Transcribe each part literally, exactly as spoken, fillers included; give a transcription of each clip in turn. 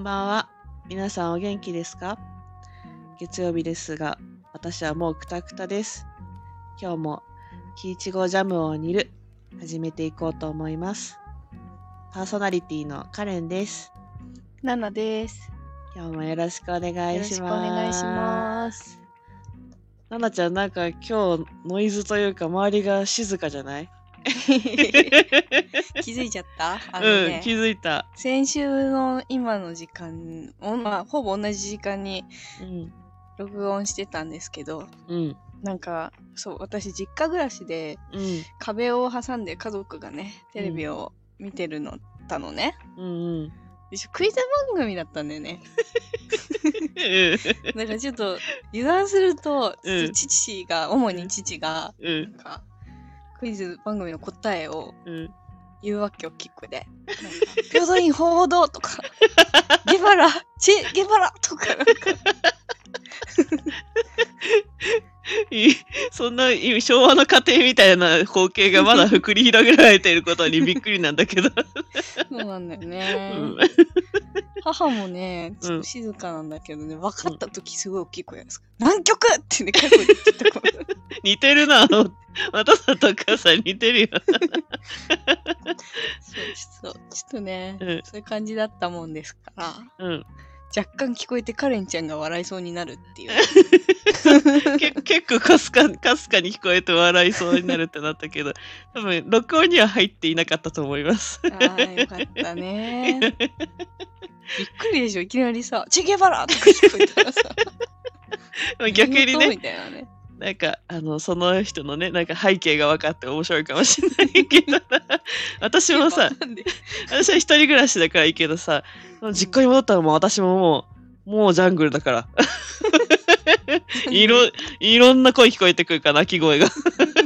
んばんは。皆さんお元気ですか？月曜日ですが、私はもうクタクタです。今日も木いちごジャムを煮る、始めていこうと思います。パーソナリティのカレンです。 ナナです。 今日もよろしくお願いします。 よろしくお願いします。 ナナちゃん、なんか今日ノイズというか周りが静かじゃない？ 気づいちゃったあのね、 うん、気づいた。 先週の今の時間、まあ、ほぼ同じ時間に録音してたんですけど、 うん、 なんかそう私実家暮らしで、 うん、 壁を挟んで家族がねテレビを見てるのたのね、 うんうん、 クイズ番組だったんだよね。だからちょっと油断すると、うん、父が主に父が、うん、なんかクイズ番組の答えを言うわけよ、キックで。平等院報道とか、ゲバラ、チェゲバラとかなんか。 そんな昭和の家庭みたいな光景がまだ繰り広げられていることにびっくりなんだけど。 そうなんだよね。うん、母もね、ちょっと静かなんだけどね、うん、分かった時すごい大きい声なんですか。うん、南極ってね、結構言ってた声。似てるな。私とお母さん似てるよ。 そう、ちょっと、ちょっとね、うん、そういう感じだったもんですから。うん、若干聞こえてカレンちゃんが笑いそうになるっていう。 結構かすかかすかに聞こえて笑いそうになるってなったけど、多分録音には入っていなかったと思います。 ああ、よかったね。びっくりでしょ、いきなりさ、チゲバラとか聞こえたらさ。 逆にね、みたいなね。なんかあのその人のね、なんか背景が分かって面白いかもしれないけど私もさ、私は一人暮らしだからいいけどさ、実家に戻ったらもう私ももうもうジャングルだからいろいろんな声聞こえてくるから、鳴き声が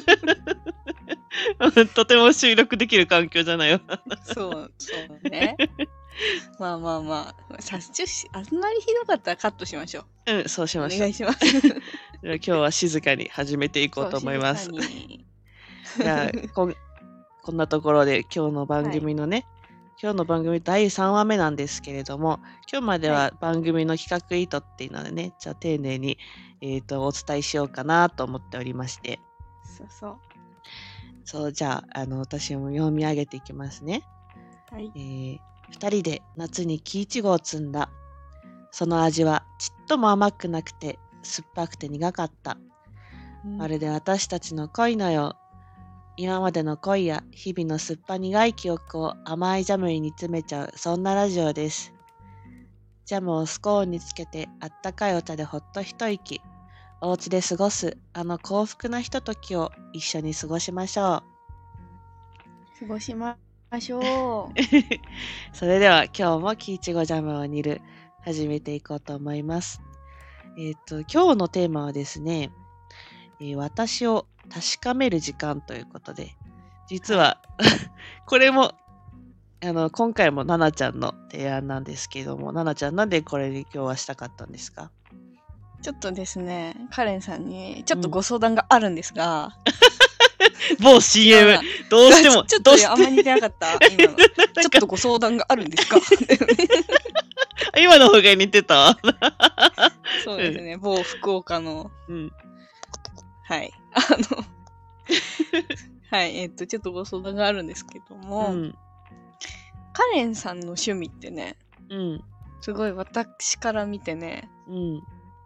とても収録できる環境じゃないよそうそうね。まあまあまあ、さしあんまりひどかったらカットしましょう。 うん、そうしましょう。 お願いします。 今日は静かに始めていこうと思います。じゃあこ、こんなところで今日の番組のね、はい、今日の番組だいさんわめなんですけれども、今日までは番組の企画意図っていうのでね、はい、じゃあ丁寧に、えーと、お伝えしようかなと思っておりまして。 そうそう。 そう、じゃあ、あの、私も読み上げていきますね。はい。えー、二人で夏に木いちごを摘んだ。その味はちっとも甘くなくて、酸っぱくて苦かった。うん、まるで私たちの恋のよう。今までの恋や日々の酸っぱ苦い記憶を甘いジャムに煮詰めちゃう、そんなラジオです。ジャムをスコーンにつけてあったかいお茶でほっと一息。お家で過ごすあの幸福なひとときを一緒に過ごしましょう。過ごしましょう。 それでは今日も木いちごジャムを煮る、始めていこうと思います。えっと、今日のテーマはですね、えー、私を確かめる時間ということで、実は、はい、これもあの今回もナナちゃんの提案なんですけども、ナナちゃんなんでこれに今日はしたかったんですか？ ちょっとですね、カレンさんにちょっとご相談があるんですが、 うん、某 シーエム どうしてもちょっとあんまり似てなかった今のちょっとご相談があるんですか今の方が似てたそうですね、うん、某福岡の、うん、はいあのはいえっとちょっとご相談があるんですけども、うん、カレンさんの趣味ってね、うん、すごい私から見てね、うん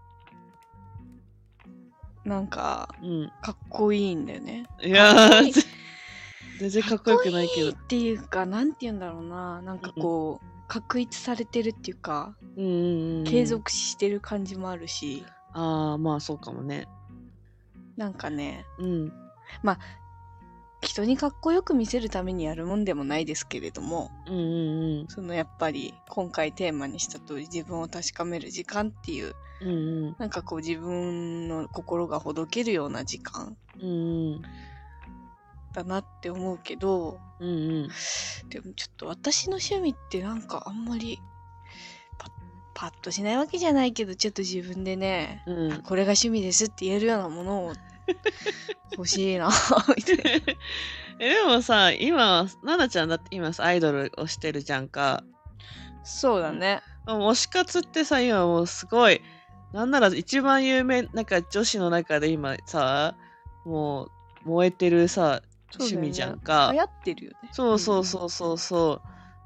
なんか、うん、かっこいいんだよね。 いやー、全然かっこよくないけど。 かっこいいっていうか、なんて言うんだろうな。なんかこう、うん、確立されてるっていうか、うんうんうん、継続してる感じもあるし。 ああ、まあそうかもね。 なんかね、うん、まあ、人にかっこよく見せるためにやるもんでもないですけれども、うんうんうん、そのやっぱり今回テーマにした通り自分を確かめる時間っていう、うんうん、なんかこう自分の心がほどけるような時間、うんうん、だなって思うけど、うんうん、でもちょっと私の趣味ってなんかあんまりパ, パッとしないわけじゃないけど、ちょっと自分でね、うん、これが趣味ですって言えるようなものを欲しいなみたいなえでもさ、今ナナちゃんだって今さアイドルをしてるじゃんか。 そうだね。 推し活ってさ、今もうすごい、なんなら一番有名、なんか女子の中で今さ、もう燃えてるさ、趣味じゃんか。 流行ってるよね。 そうそうそうそうそう。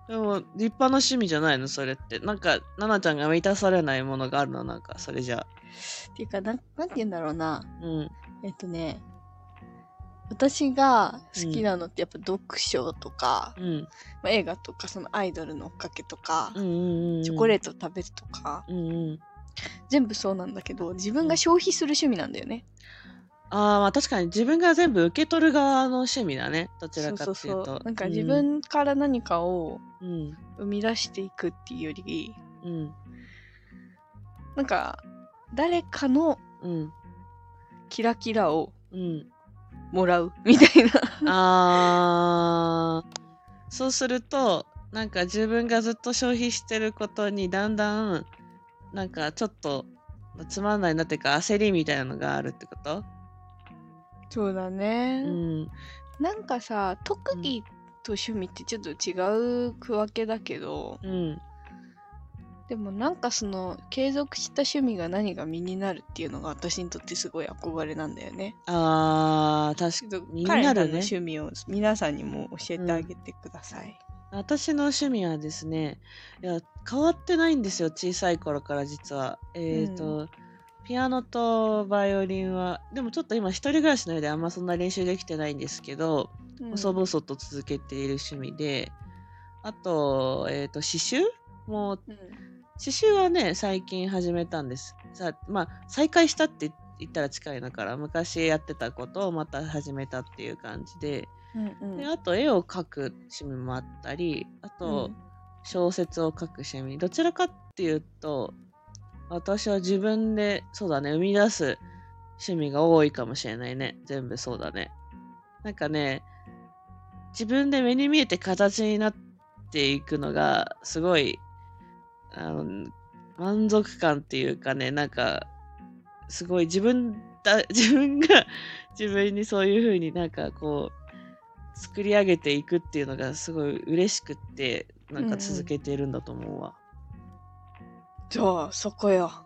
でも、立派な趣味じゃないの、それって。なんか、ななちゃんが満たされないものがあるの、なんか、それじゃ。 っていうか、なん、なんて言うんだろうな。 うん。 えっとね、私が好きなのってやっぱ読書とか、うん、まあ、映画とかそのアイドルの追っかけとか、うんうんうん、チョコレート食べるとか、うんうん、全部そうなんだけど自分が消費する趣味なんだよね。 うん、ああ、まあ確かに自分が全部受け取る側の趣味だね、どちらかっていうと。そうそうそう、 なんか自分から何かを生み出していくっていうより、うん、なんか誰かのキラキラを、うんもらうみたいなあー、そうするとなんか自分がずっと消費してることにだんだんなんかちょっとつまんないなっていうか焦りみたいなのがあるってこと？ そうだね、うん、なんかさ特技と趣味ってちょっと違う区分けだけど、うん、でもなんかその継続した趣味が何が身になるっていうのが私にとってすごい憧れなんだよね。 あー、確かに彼らの趣味を皆さんにも教えてあげてください。 うん、私の趣味はですね、いや変わってないんですよ、小さい頃から実は。えっ、ー、と、うん、ピアノとバイオリンはでもちょっと今一人暮らしの上であんまそんな練習できてないんですけど、うん、細々と続けている趣味で、あと、えっ、ー、と刺繍もう、うん刺繍はね、最近始めたんです。さまあ、再開したって言ったら近いのから、昔やってたことをまた始めたっていう感じで、うんうん、であと絵を描く趣味もあったり、あと、小説を書く趣味。どちらかっていうと、私は自分で、そうだね、生み出す趣味が多いかもしれないね。全部そうだね。なんかね、自分で目に見えて形になっていくのが、すごい、あの満足感っていうかね、なんかすごい自分だ自分が自分にそういう風になんかこう作り上げていくっていうのがすごい嬉しくってなんか続けてるんだと思うわ。 うんうん、じゃあそこよ。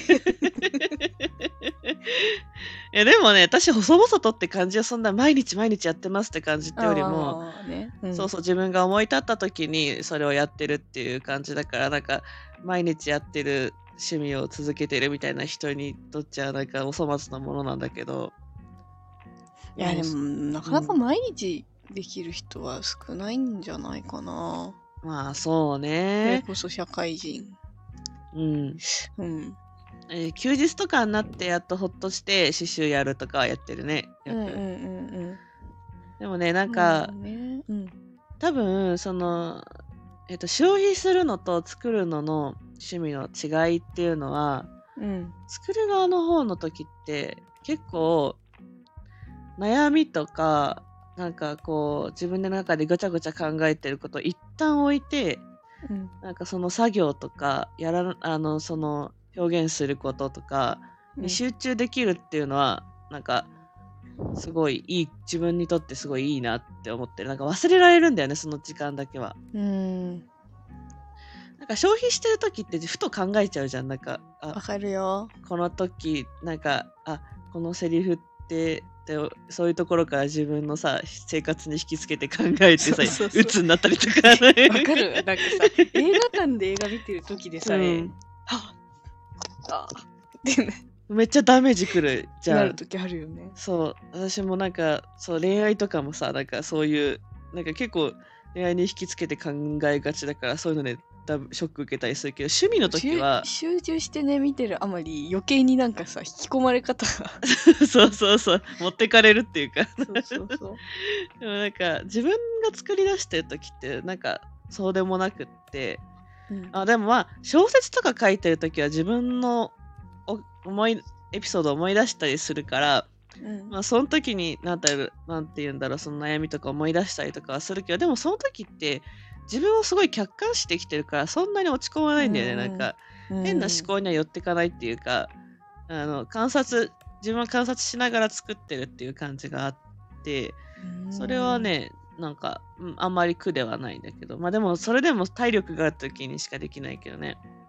いやでもね、私細々とって感じはそんな毎日毎日やってますって感じってよりも、ねうん、そうそう自分が思い立った時にそれをやってるっていう感じだから、なんか毎日やってる趣味を続けてるみたいな人にとっちゃなんかお粗末なものなんだけど。 いやでもなかなか毎日できる人は少ないんじゃないかな。 うん、まあそうね。 それこそ社会人。 うん。うん。えー、休日とかになってやっとほっとして刺繍やるとかやってるね。よく。うんうんうんうん。でもねなんか、ねうん、多分そのえっと消費するのと作るのの趣味の違いっていうのは、うん、作る側の方の時って結構悩みとかなんかこう自分の中でぐちゃぐちゃ考えてることを一旦置いて、うん、なんかその作業とかやらあのその表現することとかに集中できるっていうのは、うん、なんかすごいいい自分にとってすごいいいなって思ってる。なんか忘れられるんだよねその時間だけは。うんなんか消費してる時ってふと考えちゃうじゃん。なんかわかるよ。 この時なんかあこのセリフってでそういうところから自分のさ生活に引きつけて考えてさ鬱になったりとか。わかる。なんかさ映画館で映画見てる時でさえ、うん、はっあってね。めっちゃダメージくるじゃん。なる時あるよね。 そう私もなんかそう恋愛とかもさなんかそういうなんか結構恋愛に引きつけて考えがちだからそういうので、ね、だショック受けたりするけど趣味の時は集中してね見てるあまり余計になんかさ引き込まれ方がそうそうそう持ってかれるっていうかそうそうそうでもなんか自分が作り出してる時ってなんかそうでもなくって、うん、あでもまあ小説とか書いてる時は自分の思いエピソードを思い出したりするから、うんまあ、その時になんて言うんだろうその悩みとか思い出したりとかはするけどでもその時って自分をすごい客観視できてるからそんなに落ち込まないんだよね、うん、なんか変な思考には寄ってかないっていうかあの観察自分は観察しながら作ってるっていう感じがあってそれはねなんか、うん、あんまり苦ではないんだけどまあでもそれでも体力がある時にしかできないけどね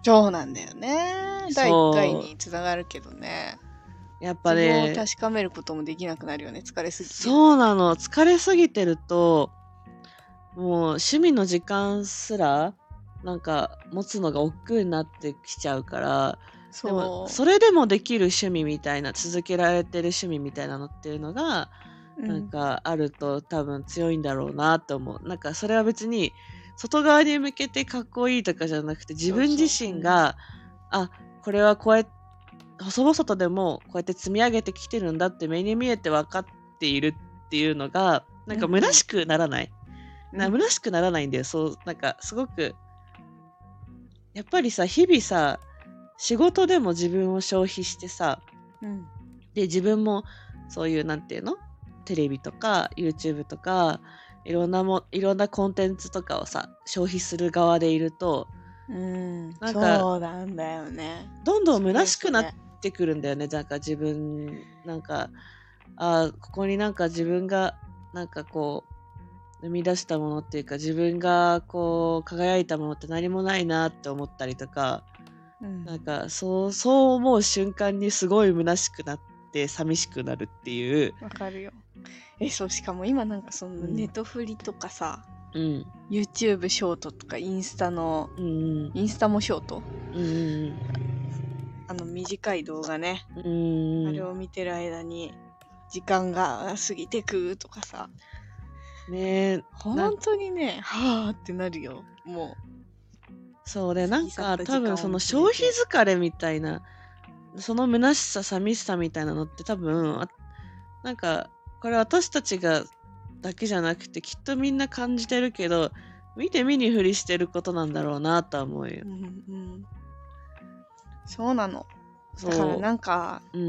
そうなんだよね。だいいっかいにつながるけどね。 やっぱね。 自分を確かめることもできなくなるよね。疲れすぎて。 そうなの。疲れすぎてると、もう趣味の時間すら、なんか持つのが億劫になってきちゃうから、 そうでもそれでもできる趣味みたいな、続けられてる趣味みたいなのっていうのが、うん、なんかあると多分強いんだろうなと思う。なんかそれは別に外側に向けてかっこいいとかじゃなくて、自分自身が、そうそう、うん、あ、これはこうやって細々とでもこうやって積み上げてきてるんだって目に見えて分かっているっていうのが、なんか虚しくならない。うん、な虚しくならないんだよ。そう、なんかすごく、やっぱりさ、日々さ、仕事でも自分を消費してさ、うん、で、自分もそういう、なんていうの？テレビとか YouTube とか、いろんなも、いろんなコンテンツとかをさ、消費する側でいると、 うん、なんか、そうなんだよね。 どんどん虚しくなってくるんだよね。なんか自分、なんか、あ、ここになんか自分が、なんかこう、生み出したものっていうか、自分がこう、輝いたものって何もないなって思ったりとか、うん、なんかそう、そう思う瞬間にすごい虚しくなって寂しくなるっていう。 わかるよ。え、そう、しかも今なんかそのネトフリとかさ、うん、YouTube ショートとかインスタの、うん、インスタもショート、うん、あの短い動画ね、うん、あれを見てる間に時間が過ぎてくとかさ、ねえ、本当にね、はぁってなるよ、もう。 そうで、なんか多分その消費疲れみたいな、その虚しさ、寂しさみたいなのって多分、なんか、これ私たちがだけじゃなくてきっとみんな感じてるけど、見て見ぬふりしてることなんだろうなとは思うよ。うんうん、 そうなの。だからなんか、うん、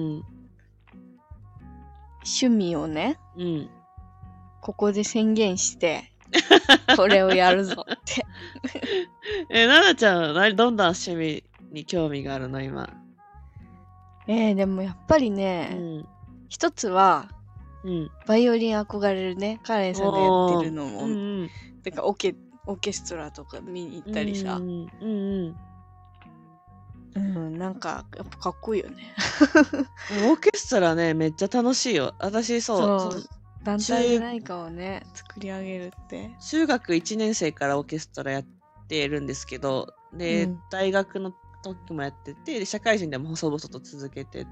趣味をね、うん、ここで宣言して、これをやるぞって。 え、ななちゃんはどんな趣味に興味があるの今？ えー、でもやっぱりね、うん、一つは、うん、バイオリン憧れるね。カレンさんがやってるのも、うんうん、てかオケオーケストラとか見に行ったりさ、うんうんうん、なんかやっぱかっこいいよね。 オーケストラね、めっちゃ楽しいよ。私そう、 そうそう団体で何かをね作り上げるって。 中学いちねん生からオーケストラやってるんですけど、で、うん、大学の時もやってて、で社会人でも細々と続けてって、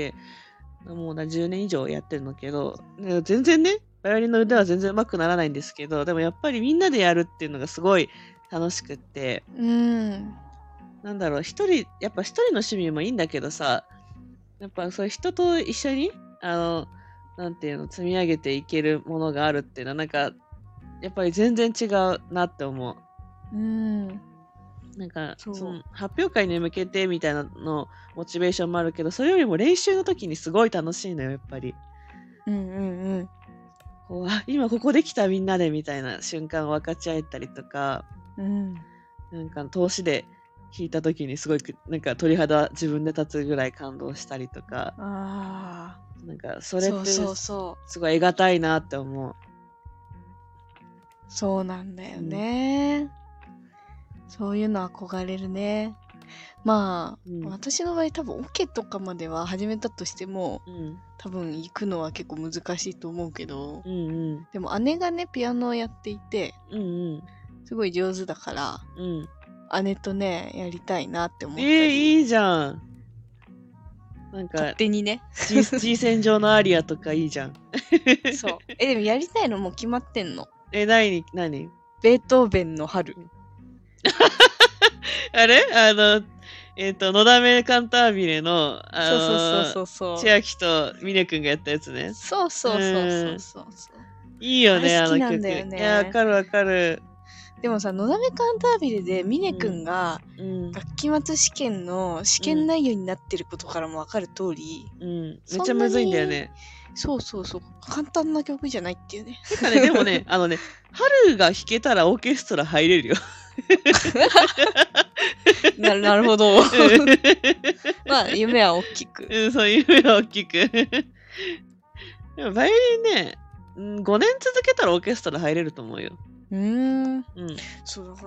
もうじゅうねん以上やってるのけど、全然ね、バイオリンの腕は全然上手くならないんですけど、でもやっぱりみんなでやるっていうのがすごい楽しくって、うん、なんだろう、一人、やっぱ一人の趣味もいいんだけどさ、やっぱそういう人と一緒に、あの、なんていうの、積み上げていけるものがあるっていうのは、なんか、やっぱり全然違うなって思う。うん。なんか、その発表会に向けてみたいなのモチベーションもあるけど、それよりも練習の時にすごい楽しいのよ、やっぱり。うんうんうん。こう、あ、今ここできたみんなでみたいな瞬間を分かち合えたりとか、うん。なんか、投資で弾いた時にすごい、なんか鳥肌自分で立つぐらい感動したりとか。ああ。なんか、それってすごい得難いなって思う。 そうなんだよね。うん、そういうの憧れるね。まあ、うん、私の場合多分オケとかまでは始めたとしても、うん、多分行くのは結構難しいと思うけど、うんうん、でも姉がねピアノをやっていて、うんうん、すごい上手だから、うん、姉とねやりたいなって思ったり。 えー、いいじゃん。なんか勝手にね G 線上のアリアとかいいじゃん。 そう。えでもやりたいのもう決まってんの。 え、何何？ ベートーベンの春。 あれあの、えっ、ー、と、のだめカンタービレの、あのー、 そうそうそうそう。 千秋と峰くんがやったやつね。 そうそうそうそうそうそう。 いいよね、 あの曲。好きなんだよね。 いや、わかるわかる。 でもさ、のだめカンタービレで峰くんが、楽器末試験の試験内容になってることからもわかる通り、 うん、うん、めっちゃむずいんだよね。 そうそうそう。簡単な曲じゃないっていうね。 てかね、でもね、あのね、春が弾けたらオーケストラ入れるよ。 な, なるほど。まあ、夢は大きく。 うん、そう、夢は大きく。でも、バイオリンね、ごねん続けたらオーケストラ入れると思うよ。 うーん。うん。そう、だから、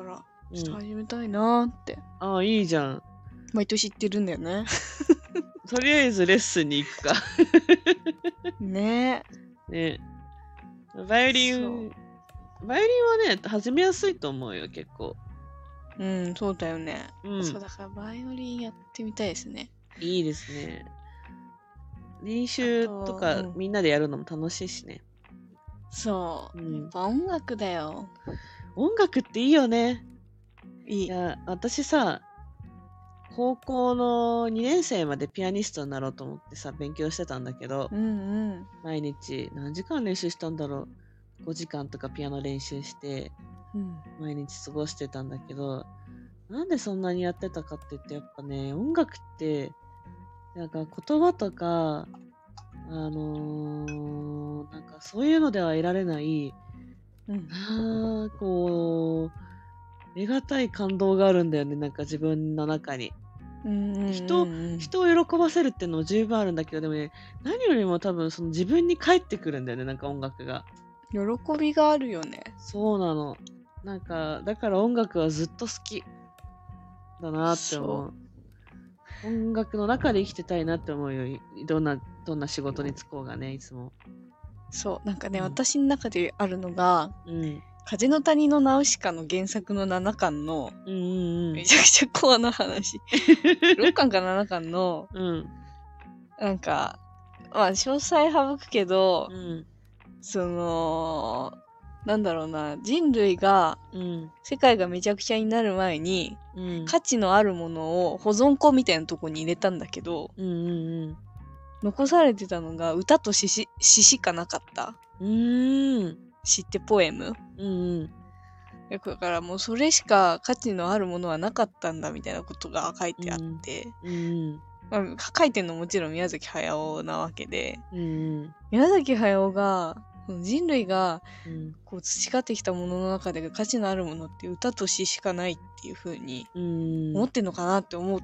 ちょっと始めたいなーって。 ああ、いいじゃん。 毎年行ってるんだよね。 とりあえずレッスンに行くか。 ねえ。ね。バイオリン、バイオリンはね、始めやすいと思うよ、結構。 うん、そうだよね。うん、そう、だからバイオリンやってみたいですね。 いいですね。練習とか、うん、みんなでやるのも楽しいしね。 そう、うん、やっぱ音楽だよ。 音楽っていいよね。 いい。 いや、私さ、高校のにねん生までピアニストになろうと思ってさ、勉強してたんだけど、 うんうん、 毎日何時間練習したんだろう。ごじかんとかピアノ練習して、うん、毎日過ごしてたんだけど、なんでそんなにやってたかって言って、やっぱね、音楽って、なんか言葉とか、あのー、なんかそういうのでは得られない、うん、あこう、得難い感動があるんだよね、なんか自分の中に。人、人を喜ばせるっていうのも十分あるんだけど、でもね、何よりも多分その自分に返ってくるんだよね、なんか音楽が。 喜びがあるよね。 そうなの。なんか、だから音楽はずっと好きだなって思う。音楽の中で生きてたいなって思うよ。どんな、どんな仕事に就こうがね、いつも。 そう、なんかね、うん、私の中であるのが、うん、風の谷のナウシカの原作のななかんの、うんうんうん、めちゃくちゃコアな話。ろっかんかななかんの、うん、なんか、まあ、詳細省くけど、うん、その、なんだろうな、人類が、うん、世界がめちゃくちゃになる前に、うん、価値のあるものを保存庫みたいなとこに入れたんだけど、うんうんうん、残されてたのが歌と詩ししかなかった。うーん。詩ってポエム、うんうん、だからもうそれしか価値のあるものはなかったんだみたいなことが書いてあって、うんうんまあ、書いてるのもちろん宮崎駿なわけで、うんうん、宮崎駿が人類がこう培ってきたものの中で価値のあるものって歌と詩しかないっていう風に思ってんのかなって思って、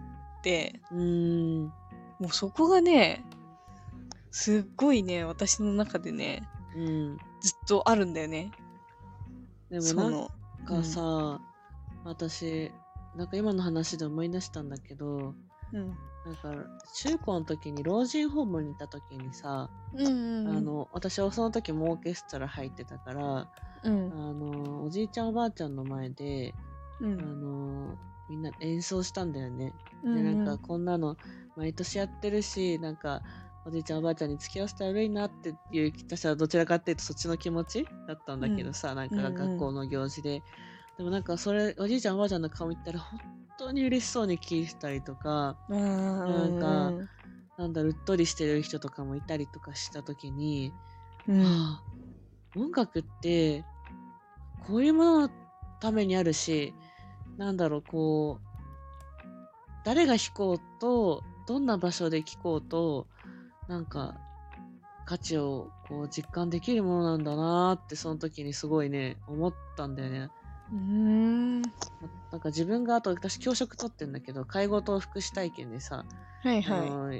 うん、もうそこがねすっごいね私の中でね、うん、ずっとあるんだよね。 でもなんかさ、うん、私なんか今の話で思い出したんだけど、うん、なんか中高の時に老人ホームにいた時にさ、うんうんうん、あの私はその時もオーケストラ入ってたから、うん、あのおじいちゃんおばあちゃんの前で、うん、あのみんな演奏したんだよね。うんうん、でなんかこんなの毎年やってるし、なんかおじいちゃんおばあちゃんに付き合わせたら悪いなっていう、私はどちらかっていうとそっちの気持ちだったんだけどさ、うん、なんか学校の行事で、うんうん、でもなんかそれおじいちゃんおばあちゃんの顔見たら本当に嬉しそうに聴いてたりとか、なんかなんだうっとりしてる人とかもいたりとかした時に、うん、はあ、音楽ってこういうもののためにあるし、なんだろうこう誰が弾こうとどんな場所で聴こうとなんか価値をこう実感できるものなんだなってその時にすごいね思ったんだよね。うーんなんか自分があと私教職取ってんだけど介護と福祉体験でさ、はいはい、あの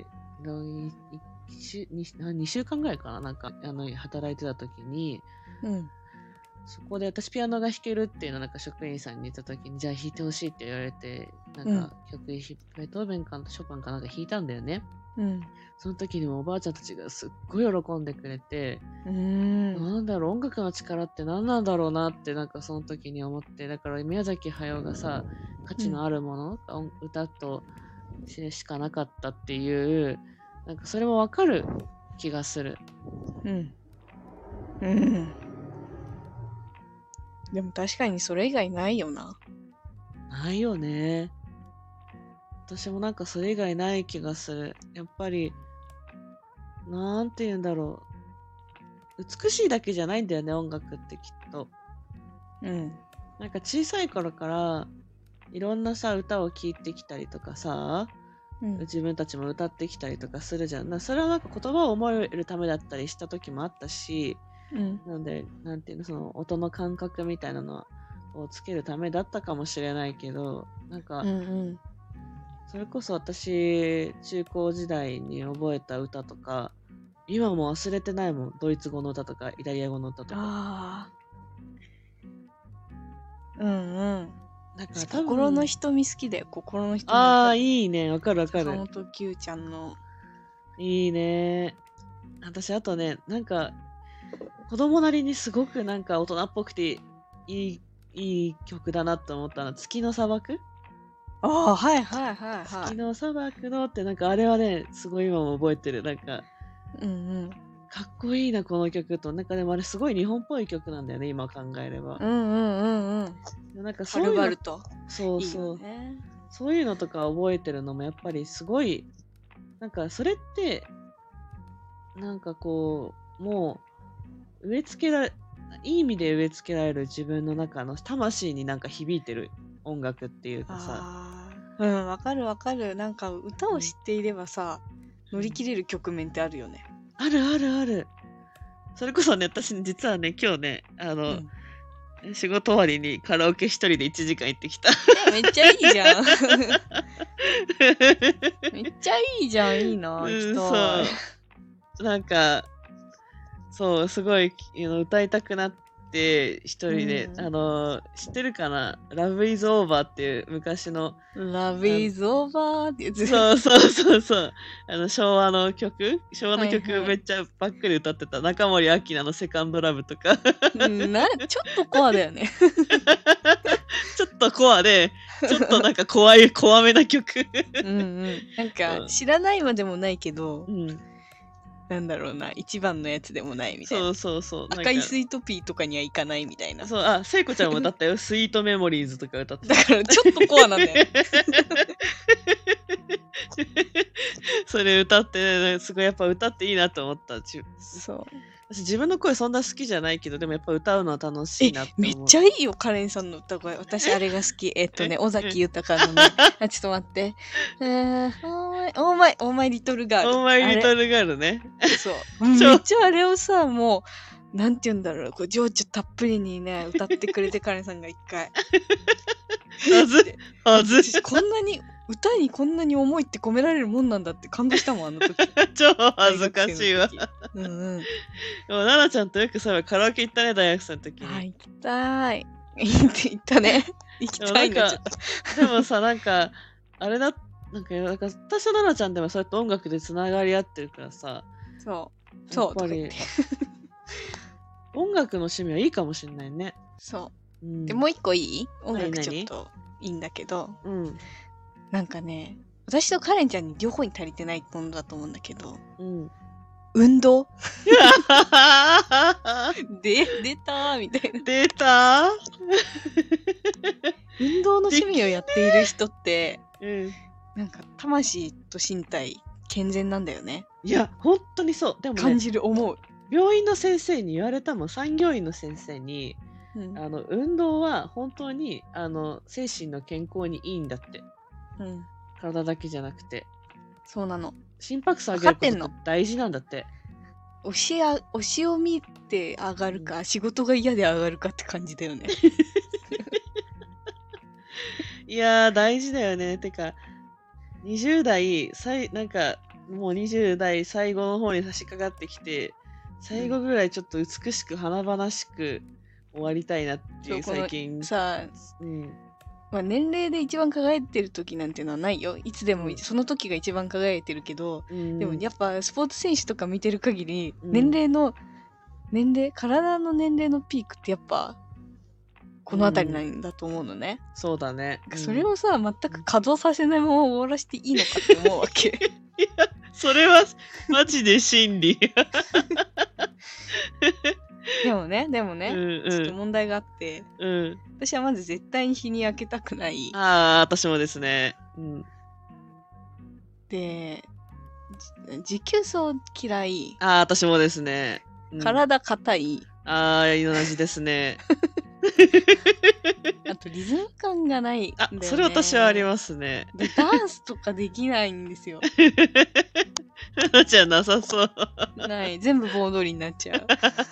にしゅうかんぐらいかななんかあの働いてた時に、うん、そこで私ピアノが弾けるっていうのをなんか職員さんに言った時にじゃあ弾いてほしいって言われてなんか曲、うん、ベートーベンかショパンかなんか弾いたんだよね。うん、その時にもおばあちゃんたちがすっごい喜んでくれて、うーんなんだろう音楽の力って何なんだろうなってなんかその時に思って、だから宮崎駿がさ価値のあるもの、うん、歌と詩しかなかったっていうなんかそれもわかる気がする。うんうんでも確かにそれ以外ないよな。 ないよね。私もなんかそれ以外ない気がする。やっぱりなんて言うんだろう。美しいだけじゃないんだよね、音楽ってきっと。うん。なんか小さい頃からいろんなさ、歌を聴いてきたりとかさ、うん、自分たちも歌ってきたりとかするじゃん。なそれはなんか言葉を覚えるためだったりした時もあったし、うん、なんで、なんていうの、その音の感覚みたいなのをつけるためだったかもしれないけど、なんか、うんうんそれこそ私中高時代に覚えた歌とか今も忘れてないもん。ドイツ語の歌とかイタリア語の歌とか。あうんうんなんか心の瞳好きだよ、心の瞳。 ああ、いいね。わかるわかる。 坂本九ちゃんの。 いいね。私、あとね、なんか、子供なりにすごくなんか大人っぽくていい、いい曲だなと思ったのは、月の砂漠。 ああ、はいはいはいはい。 月の砂漠のって、なんかあれはね、すごい今も覚えてる。なんか、 うんうん。 かっこいいな、この曲と。なんかでもあれすごい日本っぽい曲なんだよね、今考えれば。 うんうんうんうん。 なんかそういうの、 はるばると。 そうそう。 いいね、 そういうのとか覚えてるのもやっぱりすごい、なんかそれって、なんかこう、もう植え付けられ、いい意味で植え付けられる自分の中の魂になんか響いてる音楽っていうかさ。 あうん、わかるわかる。なんか歌を知っていればさ、うん、乗り切れる局面ってあるよね。 あるあるある。それこそね、私実はね、今日ね、あの、うん、仕事終わりにカラオケ一人でいちじかん行ってきた。 めっちゃいいじゃん。めっちゃいいじゃん、いいな、行きたい。 そう。なんか、そう、すごい歌いたくなって、一人で、うん、あの、知ってるかな ?Love is Over っていう昔の。 Love is Over ってやつ。 そうそうそうそう。あの、昭和の曲昭和の曲、はいはい、めっちゃばっくり歌ってた。中森明菜のセカンドラブとか。 うん、なちょっとコアだよね。 ちょっとコアで、ちょっとなんか怖い、怖めな曲。 うんうん。なんか、知らないまでもないけど、うんなんだろうな、一番のやつでもないみたいな。 そうそうそう。 赤いスイートピーとかにはいかないみたいな。 そう、あ、聖子ちゃんも歌ったよ。スイートメモリーズとか歌ってた。だからちょっとコアなんだよ。 それ歌って、すごいやっぱ歌っていいなと思った。 そう。 私自分の声そんな好きじゃないけど、でもやっぱ歌うのは楽しいなって思う。めっちゃいいよ、カレンさんの歌声。私あれが好き。えっとね、尾崎豊のね、あ、ちょっと待って。えー、オーマイ、オーマイリトルガール。 オーマイリトルガールね。 そう。めっちゃあれをさ、もう、なんて言うんだろう、こう情緒たっぷりにね、歌ってくれて、カレンさんが一回。 はずはずこんなに、歌にこんなに思いって込められるもんなんだって感動したもん、あの時。 超恥ずかしいわ。 うんうん。 でも、奈々ちゃんとよくそういえばカラオケ行ったね、大学生の時に。 あ、行きたい。行ったね。行きたいんだちょっと。でもさ、なんか、あれだ、なんか、なんか私と奈々ちゃんでもそうやって音楽でつながり合ってるからさ。 そう。そう。やっぱり。 音楽の趣味はいいかもしれないね。 そう。うん、でもう一個いい？音楽ちょっといいんだけど。 うん。 なんかね、私とカレンちゃんに両方に足りてないものだと思うんだけど、 うん、 運動で、出たーみたいな。 出たー運動の趣味をやっている人って、 うん、 なんか魂と身体健全なんだよね。 いや、本当にそう。でもね、 感じる、思う。 病院の先生に言われたもん、産業医の先生に、うん、あの運動は本当にあの精神の健康にいいんだって。 うん、 体だけじゃなくて。 そうなの。 心拍数上げることって大事なんだって。 推しや推しを見て上がるか、うん、仕事が嫌で上がるかって感じだよね。 いやー大事だよね。てかにじゅう代最なんかもうにじゅう代最後の方に差し掛かってきて、最後ぐらいちょっと美しく華々しく終わりたいなっていう最近さあ、うんまあ、年齢で一番輝いてる時なんていうのはないよ。いつでも、うん、その時が一番輝いてるけど、うん、でもやっぱスポーツ選手とか見てる限り、うん、年齢の年齢体の年齢のピークってやっぱこの辺りなんだと思うのね。 うん、そうだね、 うん、それをさ全く稼働させないまま終わらせていいのかって思うわけ。 いやそれはマジで真理。 でもね、でもね、うんうん、ちょっと問題があって、 うん、 私はまず絶対に日に焼けたくない。 ああ、私もですね。うん、 で、持久走嫌い。 ああ、私もですね。 うん、体硬い。 ああ、同じですね。 あとリズム感がないんだよね。 あ、それ私はありますね。 でダンスとかできないんですよ。 じゃあなさそう。 ない、全部盆踊りになっちゃう。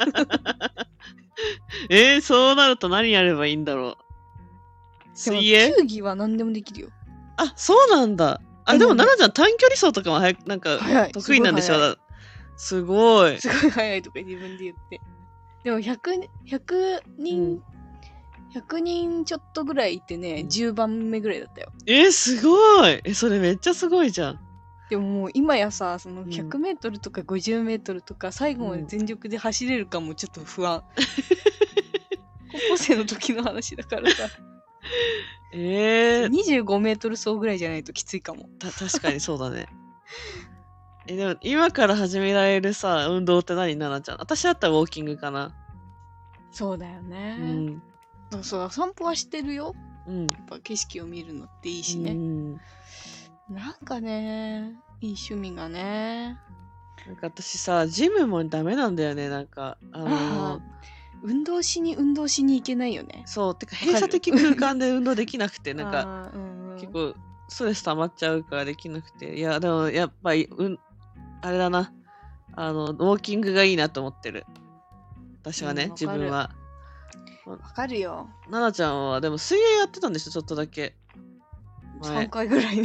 えー、そうなると何やればいいんだろう。 水泳？球技は何でもできるよ。 あ、そうなんだ。あ、でも奈々ちゃん短距離走とかも早くなんか得意なんでしょ。すごい。 すごい速いとか自分で言って。でもひゃく、ひゃくにん、うん、 ひゃくにんちょっとぐらいいてね、じゅうばんめぐらいだったよ。 えー、すごい。え、それめっちゃすごいじゃん。 でももう今やさ、そのひゃくメートルとかごじゅうメートルとか最後まで全力で走れるかもちょっと不安。高校生の時の話だからさ。 えー、 にじゅうごメートル走ぐらいじゃないときついかも。 た確かにそうだね。え、でも今から始められるさ、運動って何、奈々ちゃん。私だったらウォーキングかな。 そうだよね。 うん。 そうそう、散歩はしてるよ。 うん。 やっぱ景色を見るのっていいしね。うん、なんかね、いい趣味がね。 なんか私さ、ジムもダメなんだよね、なんか。あのー、 運動しに運動しに行けないよね。 そう、てか閉鎖的空間で運動できなくて、なんか、うん、結構ストレス溜まっちゃうからできなくて。いや、でもやっぱり、うん、あれだな。あの、ウォーキングがいいなと思ってる。私はね、うん、自分は。 わかるよ。 奈々ちゃんは、でも水泳やってたんでしょ、ちょっとだけ。 さんかいぐらいね。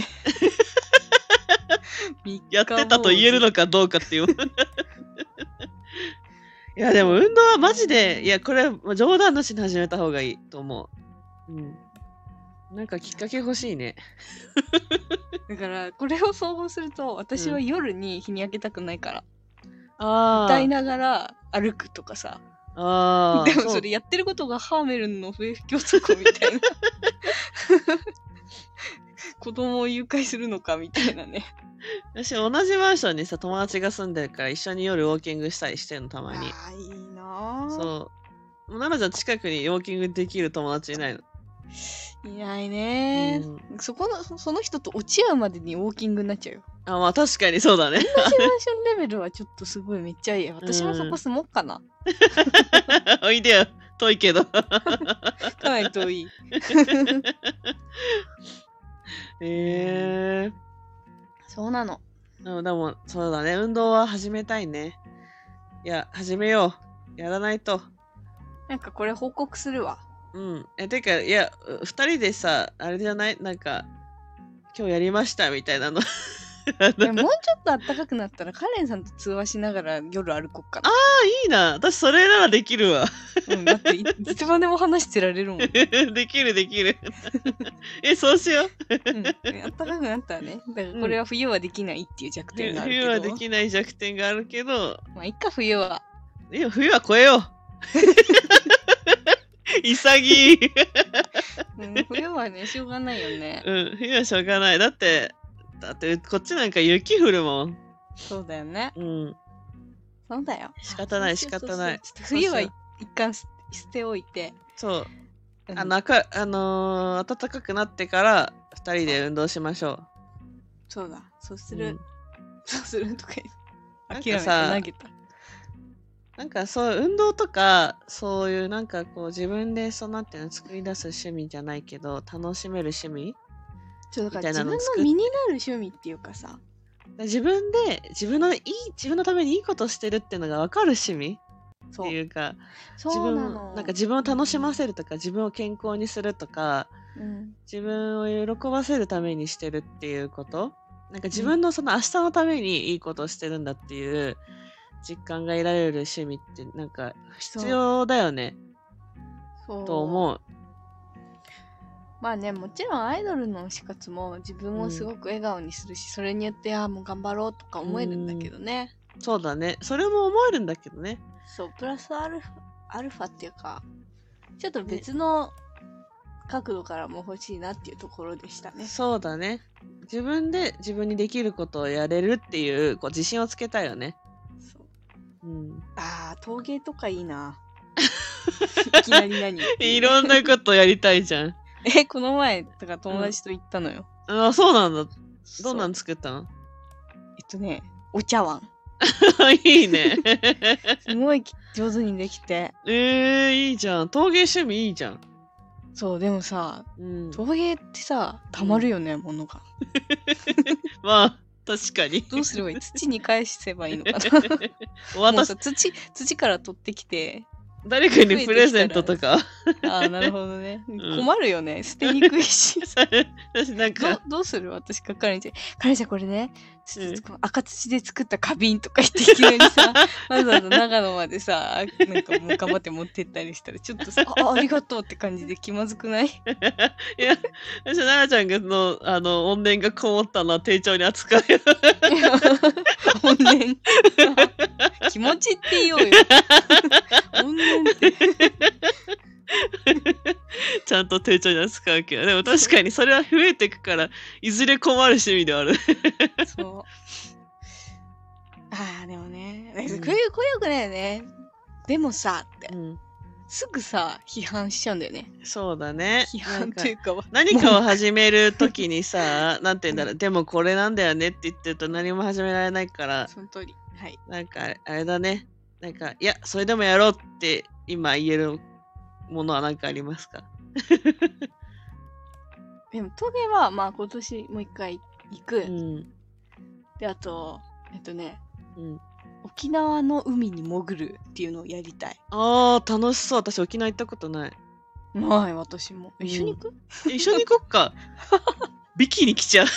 やってたと言えるのかどうかっていう。いや、でも運動はマジで、いや、これは冗談なしに始めた方がいいと思う。うん。なんかきっかけ欲しいね。 だから、これを総合すると、私は夜に日に焼けたくないから。 ああ。 歌いながら歩くとかさ。 ああ。 でもそれやってることがハーメルンの不教則みたいな。子供を誘拐するのかみたいなね。 私同じマンションにさ、友達が住んでるから一緒に夜ウォーキングしたりしてんの、たまに。 ああ、いいな。 そう。奈々ちゃん近くにウォーキングできる友達いないの？ いないね、うん、そこのその人と落ち合うまでにウォーキングになっちゃうよ。 あ、まあ確かにそうだね。 同じマンションレベルはちょっとすごいめっちゃいい。私もそこ住もっかな。 おいでよ。遠いけど。かなり遠い。 えー、 そうなの。 でも、でもそうだね。運動は始めたいね。いや、始めよう。やらないと。 なんかこれ報告するわ。 うん。え、てか、いや、二人でさ、あれじゃないなんか、今日やりましたみたいなの。 もうちょっと暖かくなったらカレンさんと通話しながら夜歩こっかな。 ああ、いいな。私それならできるわ。 うん、だっていつまでも話してられるもん。 できるできる。え、そうしよう。 うん、暖かくなったらね。だからこれは冬はできないっていう弱点があるけど。 冬はできない弱点があるけど。 まあいっか、冬は。 いや、冬は超えよう。潔い。 うん、冬はね、しょうがないよね。 うん、冬はしょうがない。だって、だってこっちなんか雪降るもん。 そうだよね。 うん。 そうだよ。 仕方ない仕方ない。 冬は一貫捨ておいて。 そう。うん、あの、かあのー、暖かくなってからふたりで運動しましょう。 そうだ。そうする。うん、そうするとか諦めて投げた。なんかそう運動とかそういうなんかこう自分でそうなっての作り出す趣味じゃないけど楽しめる趣味そうだから自分の身になる趣味っていうかさ自分で自分のいい自分のためにいいことしてるっていうのが分かる趣味っていうか自分なんか自分を楽しませるとか自分を健康にするとか、うん、自分を喜ばせるためにしてるっていうことなんか自分のその明日のためにいいことをしてるんだっていう、実感が得られる趣味ってなんか必要だよねと思う。 まあねもちろんアイドルの推し活も自分をすごく笑顔にするし、うん、それによってああもう頑張ろうとか思えるんだけどね、 うん、そうだねそれも思えるんだけどねそうプラスアルファアルファっていうかちょっと別の角度からも欲しいなっていうところでしたね。 そうだね自分で自分にできることをやれるっていうこう自信をつけたいよね。 うん、ああ陶芸とかいいな。いきなり何いろんなことやりたいじゃん。 えこの前とか友達と行ったのよ。 うん、あそうなんだ。どんなん作ったの？ えっとねお茶碗。 いいね。 すごい上手にできて。 えー、いいじゃん陶芸趣味いいじゃん。 そうでもさ、うん、陶芸ってさたまるよね、うん、ものが。 まあ確かに。 どうすればいい？土に返せばいいのかな。もうさ土土から取ってきて誰かにプレゼントとか。 ああ、なるほどね。困るよね。捨てにくいし。 私なんかど。どうする私がカレンちゃん。カレンちゃんこれね、うん、赤土で作った花瓶とか言ってきなりさ、わざわざ長野までさ、なんかもう頑張って持ってったりしたら、ちょっとさ、あ、ありがとうって感じで気まずくない？いや、私、奈々ちゃんがの、あの、怨念がこもったのは丁重に扱うよ。 怨念。気持ちって言おうよ。怨念って。 ちゃんと丁重に扱うけど、でも確かにそれは増えていくから、いずれ困る趣味ではある。 そう。ああ、でもね、こういう、こういうくだよね。でもさ、って。うん、すぐさ、批判しちゃうんだよね。 そうだね。 批判というかは。 何かを始めるときにさ、なんて言うんだろう、でもこれなんだよねって言ってると何も始められないから、 その通り。はい。 なんか、あれだね。なんか、いや、それでもやろうって今言えるものは何かありますか？ でも、トゲは、まあ今年もう一回行く。うん、で、あと、えっとね、うん、沖縄の海に潜るっていうのをやりたい。 ああ、楽しそう。私沖縄行ったことない。 ない、私も。一緒に行く？ うん、一緒に行こっか。ビキに来ちゃう。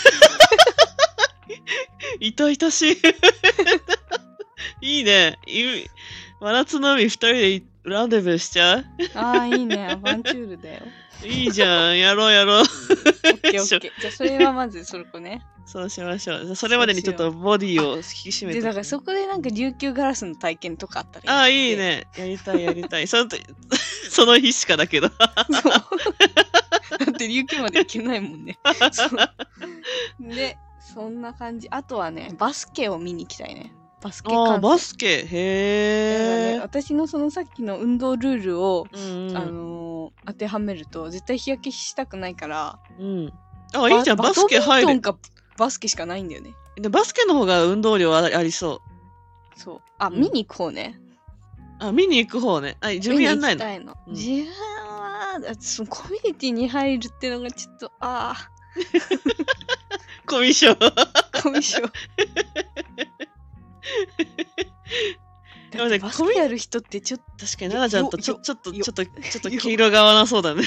痛々しい。いいね。真夏の海二人でランデブーしちゃう？ ああ、いいね。アバンチュールだよ。 いいじゃん。やろうやろう。オッケーオッケー。じゃあそれはまずそこね。 そうしましょう。それまでにちょっとボディを引き締めて。 で、だからそこでなんか琉球ガラスの体験とかあったら。 ああ、いいね。やりたいやりたい。そのその日しかだけど。そう。だって琉球まで行けないもんね。で、そんな感じ。あとはね、バスケを見に行きたいね。バスケ観戦。 あバスケへえ、 ね。私のそのさっきの運動ルールを、うん、あのー、当てはめると絶対日焼けしたくないから。 うん。あ、いいじゃん。バスケ入る。 バドミントンかバスケしかないんだよね。 でバスケの方が運動量ありそう。 そう。あ、うん、見に行く方ね。 あ、見に行く方ね。あ、自分やんないの？ のうん、自分はそのコミュニティに入るっていうのがちょっとああ。 コミュ障。 コミュ障。だってバスケやる人ってちょっと確かに奈々ちゃんとちょちょっとちょっとちょっと黄色が合わなそうだね。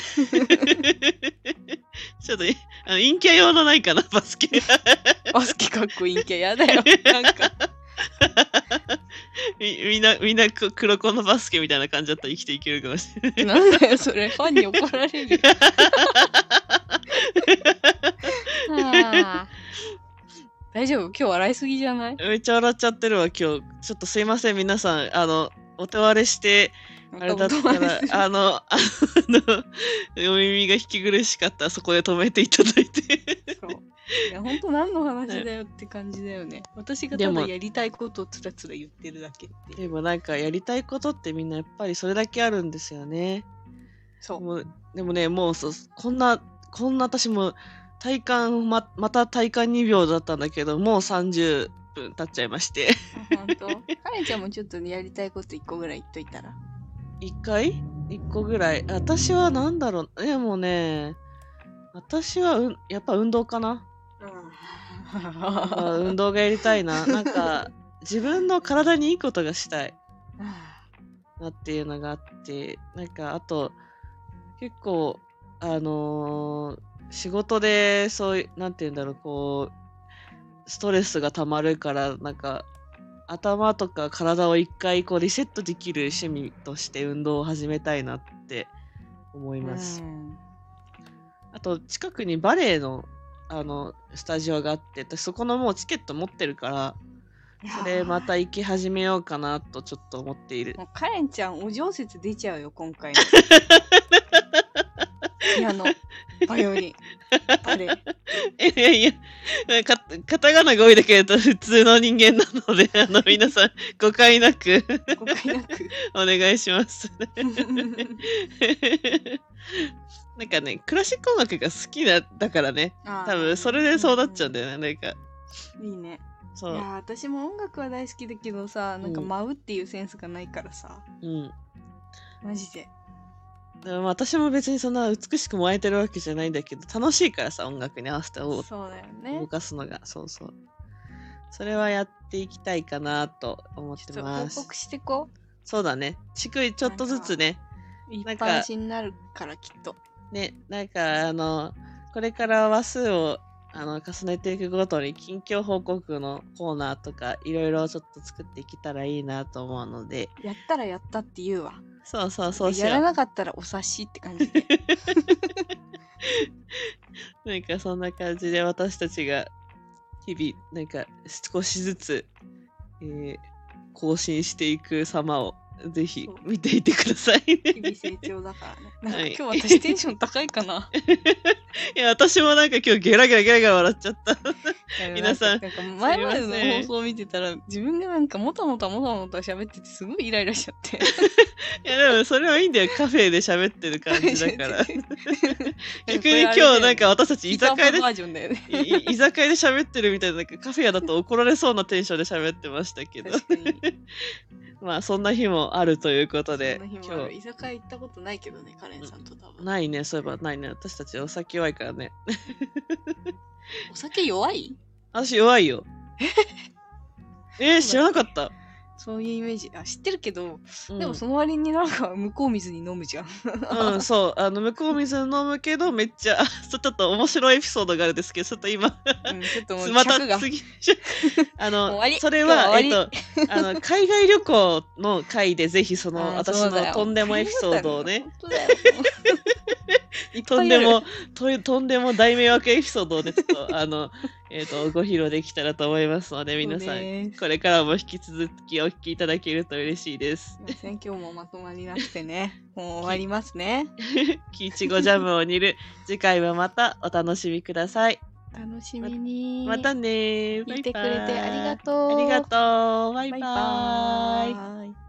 ちょっとあの陰キャ用のないかなバスケ。 バスケかっこいい陰キャやだよ。なんかみ, みんなみんな黒子のバスケみたいな感じだったら生きていけるかもしれない。 なんだよそれファンに怒られる。はあ大丈夫？今日笑いすぎじゃない？ めっちゃ笑っちゃってるわ今日。ちょっとすいません皆さん、あのお手割れしてあれだったらあのあのお耳が引き苦しかったらそこで止めていただいて。 そういや本当何の話だよって感じだよね。私がただやりたいことをつらつら言ってるだけって。 でもなんかやりたいことってみんなやっぱりそれだけあるんですよね。 そう。 もうでもねもうそこんなこんな私も体感 ま, また体感にびょうだったんだけどもうさんじゅっぷん経っちゃいまして。 本当？カレンちゃんもちょっと、ね、やりたいこといっこぐらい言っといたら。 いっかい ?いっ 個ぐらい。私はなんだろう。でもね、私はうやっぱ運動かな。うん、運動がやりたいな。なんか自分の体にいいことがしたいなっていうのがあって、なんかあと結構あのー、仕事でそういうなんていうんだろうこうストレスがたまるからなんか頭とか体を一回こうリセットできる趣味として運動を始めたいなって思います。あと近くにバレエのあのスタジオがあって私そこのもうチケット持ってるからそれまた行き始めようかなとちょっと思っている。 もうカレンちゃんお嬢説出ちゃうよ今回の。ピアノ、バイオリン、バレエ。 いやいやかカタカナが多いだけだと普通の人間なのであの皆さん誤解なく誤解なくお願いします。なんかねクラシック音楽が好きだだからね多分それでそうなっちゃうんだよね、うん、なんかいいね。 そういや私も音楽は大好きだけどさなんか舞うっていうセンスがないからさ、うん、マジで。 でも私も別にそんな美しく燃えてるわけじゃないんだけど楽しいからさ音楽に合わせて動かすのがそうそうそれはやっていきたいかなと思ってます。 報告してこそうだね。逐一ちょっとずつね。 いっぱいしになるからきっと。 ね、なんかあの、これから話数をあの重ねていくごとに近況報告のコーナーとかいろいろちょっと作っていけたらいいなと思うので。 やったらやったって言うわ。 そうそうそう。 やらなかったらお察しって感じで。 なんかそんな感じで私たちが日々なんか少しずつ、えー、更新していく様をぜひ見ていてください。 日々成長だからね。なんか今日私テンション高いかな。 いや私もなんか今日ゲラゲラゲラゲラ笑っちゃった。皆さん。 なんか前までの放送を見てたら自分がなんかもたもたもたもた喋っててすごいイライラしちゃって。いやでもそれはいいんだよ。カフェで喋ってる感じだから。逆に今日なんか私たち居酒屋で、ね、居酒屋で喋ってるみたいな、なんかカフェだと怒られそうなテンションで喋ってましたけど。まあそんな日もあるということで、 今日居酒屋行ったことないけどね、カレンさんと多分。 ないね、そういえばないね。私たちお酒弱いからね。 お酒弱い？ 私弱いよ。えー、知らなかった。 そういうイメージ。あ、知ってるけど、うん、でもその割になんか向こう水に飲むじゃん。 うん、そう。あの、向こう水に飲むけど、めっちゃ、ちょっと面白いエピソードがあるんですけど、ちょっと今、 うん、ちょっともうまた次、あの、それは、えっと、あの、海外旅行の回でぜひその、私のとんでもエピソードをね、とんでもと、とんでも大迷惑エピソードをね、ちょっと、あの、えっと、ご披露できたらと思いますので、皆さん、これからも引き続きお聞きいただけると嬉しいです。 今日もまとまりなくてね、もう終わりますね。 きいちごジャムを煮る。次回はまたお楽しみください。 楽しみに。 ま、またね。 バイバイ。聞いてくれてありがとう。 ありがとう。バイバイ。 バイバイ。